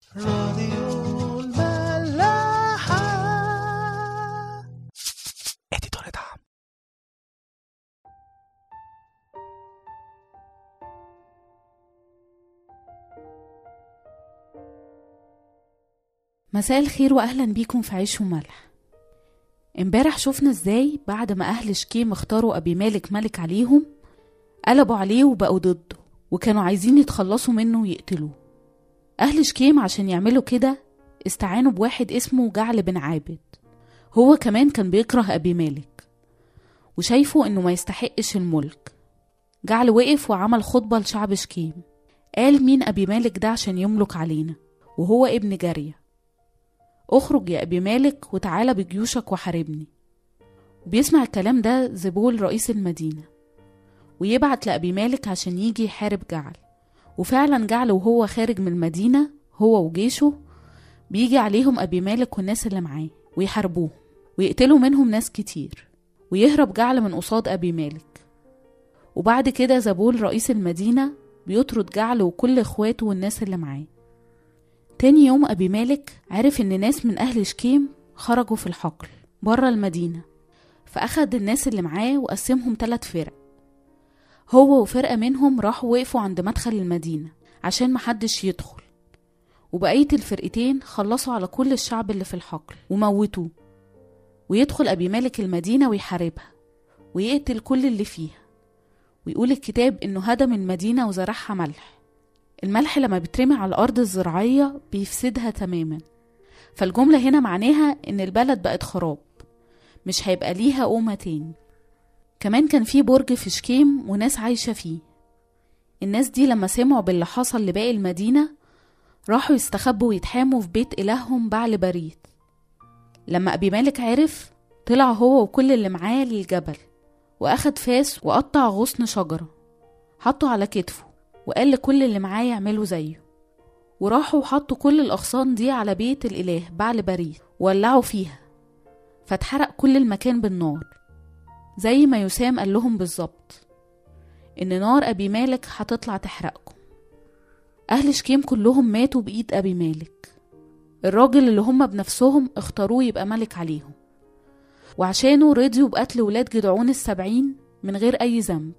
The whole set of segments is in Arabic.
راديو الملاحة. اديتور دعم. مساء الخير واهلا بيكم في عيش وملح. امبارح شفنا ازاي بعد ما اهل شكيم اختاروا ابي مالك ملك عليهم قلبوا عليه وبقوا ضده وكانوا عايزين يتخلصوا منه ويقتلوه. اهل شكيم عشان يعملوا كده استعانوا بواحد اسمه جعل بن عابد. هو كمان كان بيكره ابي مالك وشايفه انه ما يستحقش الملك. جعل وقف وعمل خطبة لشعب شكيم، قال مين ابي مالك ده عشان يملك علينا وهو ابن جارية. اخرج يا ابي مالك وتعالى بجيوشك وحاربني. وبيسمع الكلام ده زبول رئيس المدينة ويبعت لأبي مالك عشان يجي يحارب جعل. وفعلا جعل وهو خارج من المدينة هو وجيشه بيجي عليهم أبي مالك والناس اللي معاه ويحاربوهم ويقتلوا منهم ناس كتير، ويهرب جعل من قصاد أبي مالك. وبعد كده زبول رئيس المدينة بيطرد جعل وكل اخواته والناس اللي معاه. تاني يوم أبي مالك عرف إن ناس من أهل شكيم خرجوا في الحقل برا المدينة، فأخد الناس اللي معاه وقسمهم 3 فرق. هو وفرقة منهم راحوا وقفوا عند مدخل المدينة عشان محدش يدخل، وبقية الفرقتين خلصوا على كل الشعب اللي في الحقل وموتوه. ويدخل أبي مالك المدينة ويحاربها ويقتل كل اللي فيها. ويقول الكتاب إنه هدم المدينة وزرعها ملح. الملح لما بيترمي على الأرض الزراعية بيفسدها تماما، فالجملة هنا معناها إن البلد بقت خراب، مش هيبقى ليها قومة تاني. كمان كان في برج في شكيم وناس عايشة فيه. الناس دي لما سمعوا باللي حصل لباقي المدينة راحوا يستخبوا ويتحاموا في بيت إلههم بعل بريت. لما أبي مالك عرف طلع هو وكل اللي معاه للجبل وأخد فاس وقطع غصن شجرة حطه على كتفه وقال لكل اللي معاه يعملوا زيه. وراحوا وحطوا كل الأغصان دي على بيت الإله بعل بريت وولعوا فيها، فاتحرق كل المكان بالنار زي ما يسام قال لهم بالظبط إن نار أبي مالك هتطلع تحرقكم. أهل شكيم كلهم ماتوا بإيد أبي مالك، الراجل اللي هم بنفسهم اختاروه يبقى ملك عليهم، وعشانه رضيوا بقتل ولاد جدعون 70 من غير أي ذنب.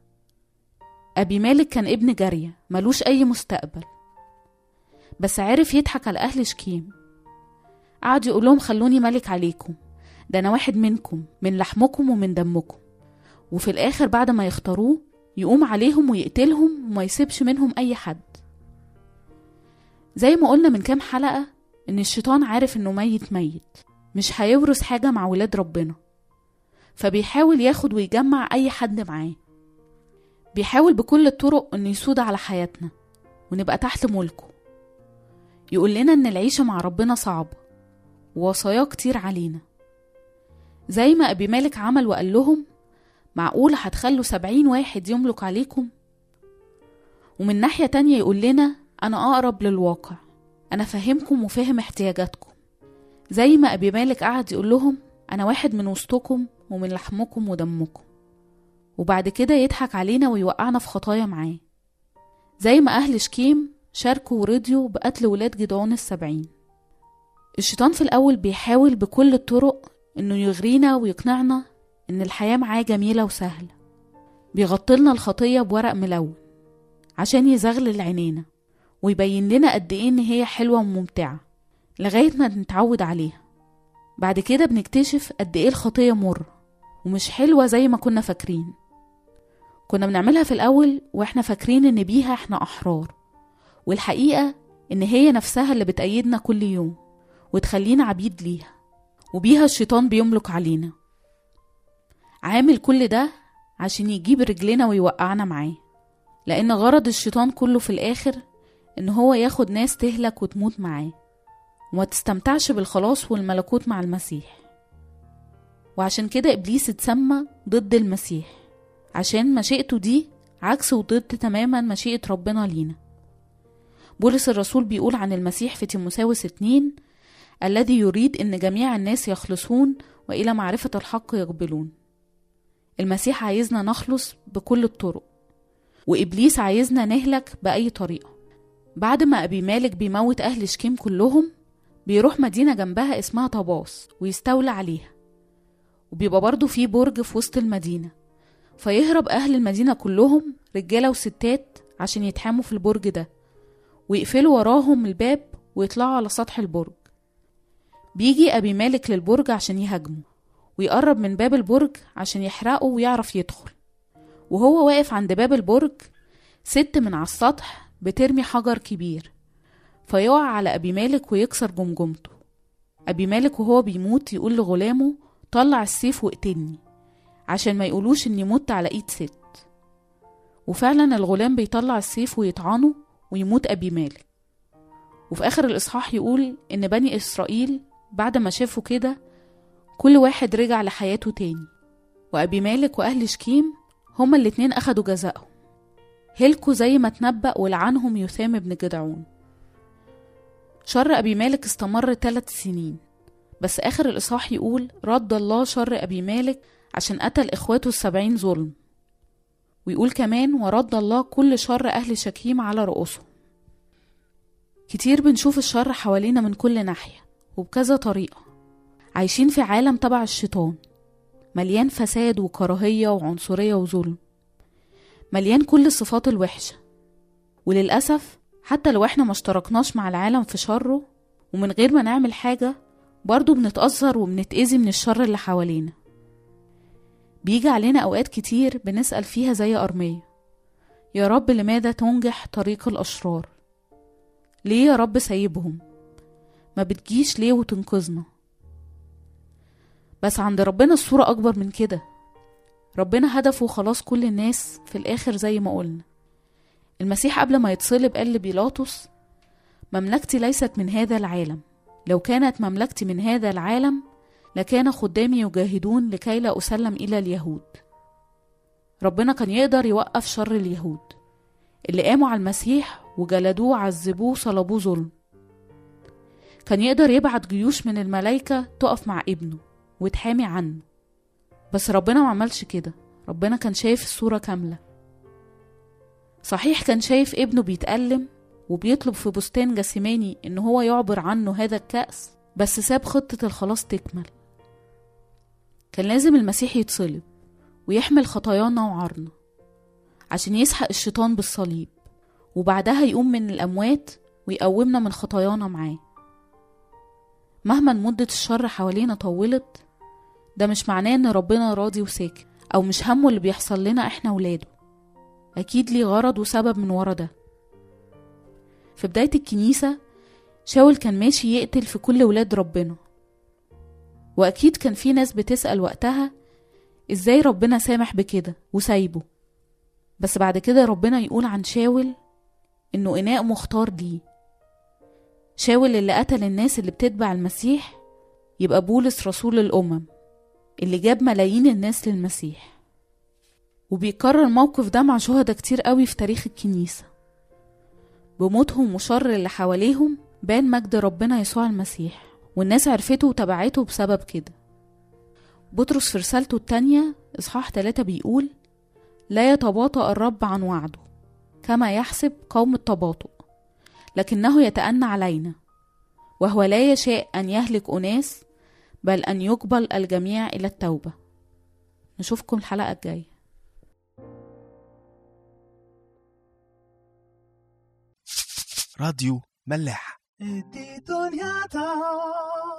أبي مالك كان ابن جارية ملوش أي مستقبل، بس عرف يضحك على أهل شكيم. قعد يقول لهم خلوني ملك عليكم، ده أنا واحد منكم من لحمكم ومن دمكم. وفي الآخر بعد ما يختاروه يقوم عليهم ويقتلهم وما يسيبش منهم أي حد. زي ما قلنا من كام حلقة إن الشيطان عارف إنه ميت مش هيورث حاجة مع ولاد ربنا، فبيحاول ياخد ويجمع أي حد معاه. بيحاول بكل الطرق إنه يسود على حياتنا ونبقى تحت ملكه. يقول لنا إن العيشة مع ربنا صعبة ووصاياه كتير علينا، زي ما أبي مالك عمل وقال لهم معقول هتخلوا 70 واحد يملك عليكم؟ ومن ناحية تانية يقول لنا أنا أقرب للواقع، أنا فاهمكم وفاهم احتياجاتكم. زي ما أبي مالك قعد يقول لهم أنا واحد من وسطكم ومن لحمكم ودمكم، وبعد كده يضحك علينا ويوقعنا في خطايا معاه. زي ما أهل شكيم شاركوا ورضيوا بقتل ولاد جدعون 70. الشيطان في الأول بيحاول بكل الطرق إنه يغرينا ويقنعنا إن الحياة معاه جميلة وسهلة. بيغطلنا الخطية بورق ملون عشان يزغلل عينينا ويبين لنا قد إيه إن هي حلوة وممتعة لغاية ما نتعود عليها. بعد كده بنكتشف قد إيه الخطية مر ومش حلوة زي ما كنا فاكرين. كنا بنعملها في الأول وإحنا فاكرين إن بيها إحنا أحرار، والحقيقة إن هي نفسها اللي بتأيدنا كل يوم وتخلينا عبيد ليها، وبيها الشيطان بيملك علينا. عامل كل ده عشان يجيب رجلنا ويوقعنا معاه، لأن غرض الشيطان كله في الآخر إن هو ياخد ناس تهلك وتموت معاه وما تستمتعش بالخلاص والملكوت مع المسيح. وعشان كده إبليس اتسمى ضد المسيح، عشان مشيئته دي عكس وضد تماما مشيئة ربنا لينا. بولس الرسول بيقول عن المسيح في تيموثاوس 2 الذي يريد إن جميع الناس يخلصون وإلى معرفة الحق يقبلون. المسيح عايزنا نخلص بكل الطرق، وإبليس عايزنا نهلك بأي طريقة. بعد ما أبي مالك بيموت أهل شكيم كلهم، بيروح مدينة جنبها اسمها طباس ويستولى عليها، وبيبقى برضو في برج في وسط المدينة، فيهرب أهل المدينة كلهم رجالة وستات عشان يتحاموا في البرج ده، ويقفلوا وراهم الباب ويطلعوا على سطح البرج. بيجي أبي مالك للبرج عشان يهاجمه، ويقرب من باب البرج عشان يحرقه ويعرف يدخل. وهو واقف عند باب البرج، ست من على السطح بترمي حجر كبير، فيقع على أبي مالك ويكسر جمجمته. أبي مالك وهو بيموت يقول لغلامه طلع السيف واقتلني، عشان ما يقولوش إني مت على إيد ست. وفعلا الغلام بيطلع السيف ويطعنه ويموت أبي مالك. وفي آخر الإصحاح يقول إن بني إسرائيل بعد ما شافوا كده كل واحد رجع لحياته تاني، وأبي مالك وأهل شكيم هما الاتنين أخدوا جزائهم، هلكوا زي ما تنبأ ولعنهم يثام بن جدعون. شر أبي مالك استمر 3 سنين، بس آخر الإصحاح يقول رد الله شر أبي مالك عشان قتل إخواته 70 ظلم. ويقول كمان ورد الله كل شر أهل شكيم على رؤوسهم. كتير بنشوف الشر حوالينا من كل ناحية وبكذا طريقة، عايشين في عالم تبع الشيطان مليان فساد وكراهية وعنصرية وظلم، مليان كل الصفات الوحشة. وللأسف حتى لو احنا ما اشتركناش مع العالم في شره ومن غير ما نعمل حاجة، برضو بنتأثر وبنتأذي من الشر اللي حوالينا. بيجي علينا أوقات كتير بنسأل فيها زي أرمية، يا رب لماذا تنجح طريق الأشرار؟ ليه يا رب سايبهم؟ ما بتجيش ليه وتنقذنا؟ بس عند ربنا الصورة أكبر من كده. ربنا هدفه خلاص كل الناس في الآخر. زي ما قلنا المسيح قبل ما يتصلب قال لبيلاطس مملكتي ليست من هذا العالم، لو كانت مملكتي من هذا العالم لكان خدامي يجاهدون لكي لا أسلم إلى اليهود. ربنا كان يقدر يوقف شر اليهود اللي قاموا على المسيح وجلدوه عذبوه صلبوه ظلم. كان يقدر يبعت جيوش من الملائكة تقف مع ابنه وتحامي عنه، بس ربنا ما عملش كده. ربنا كان شايف الصورة كاملة. صحيح كان شايف ابنه بيتألم وبيطلب في بستان جسيماني إن هو يعبر عنه هذا الكأس، بس ساب خطة الخلاص تكمل. كان لازم المسيح يتصلب ويحمل خطايانا وعارنا عشان يسحق الشيطان بالصليب، وبعدها يقوم من الأموات ويقومنا من خطايانا معاه. مهما مدة الشر حوالينا طولت، ده مش معناه ان ربنا راضي وساكت او مش همه اللي بيحصل لنا احنا ولاده. اكيد ليه غرض وسبب من ورا ده. في بداية الكنيسة شاول كان ماشي يقتل في كل ولاد ربنا، واكيد كان في ناس بتسأل وقتها ازاي ربنا سامح بكده وسايبه. بس بعد كده ربنا يقول عن شاول انه اناء مختار ليه. شاول اللي قتل الناس اللي بتتبع المسيح يبقى بولس رسول الأمم اللي جاب ملايين الناس للمسيح. وبيكرر الموقف ده مع شهداء كتير قوي في تاريخ الكنيسة. بموتهم وشر اللي حواليهم بان مجد ربنا يسوع المسيح، والناس عرفته وتبعته بسبب كده. بطرس في رسالته التانية إصحاح 3 بيقول لا يتباطأ الرب عن وعده كما يحسب قوم التباطؤ، لكنه يتأنى علينا، وهو لا يشاء أن يهلك أناس بل أن يقبل الجميع إلى التوبة. نشوفكم الحلقة الجاية. راديو ملاح.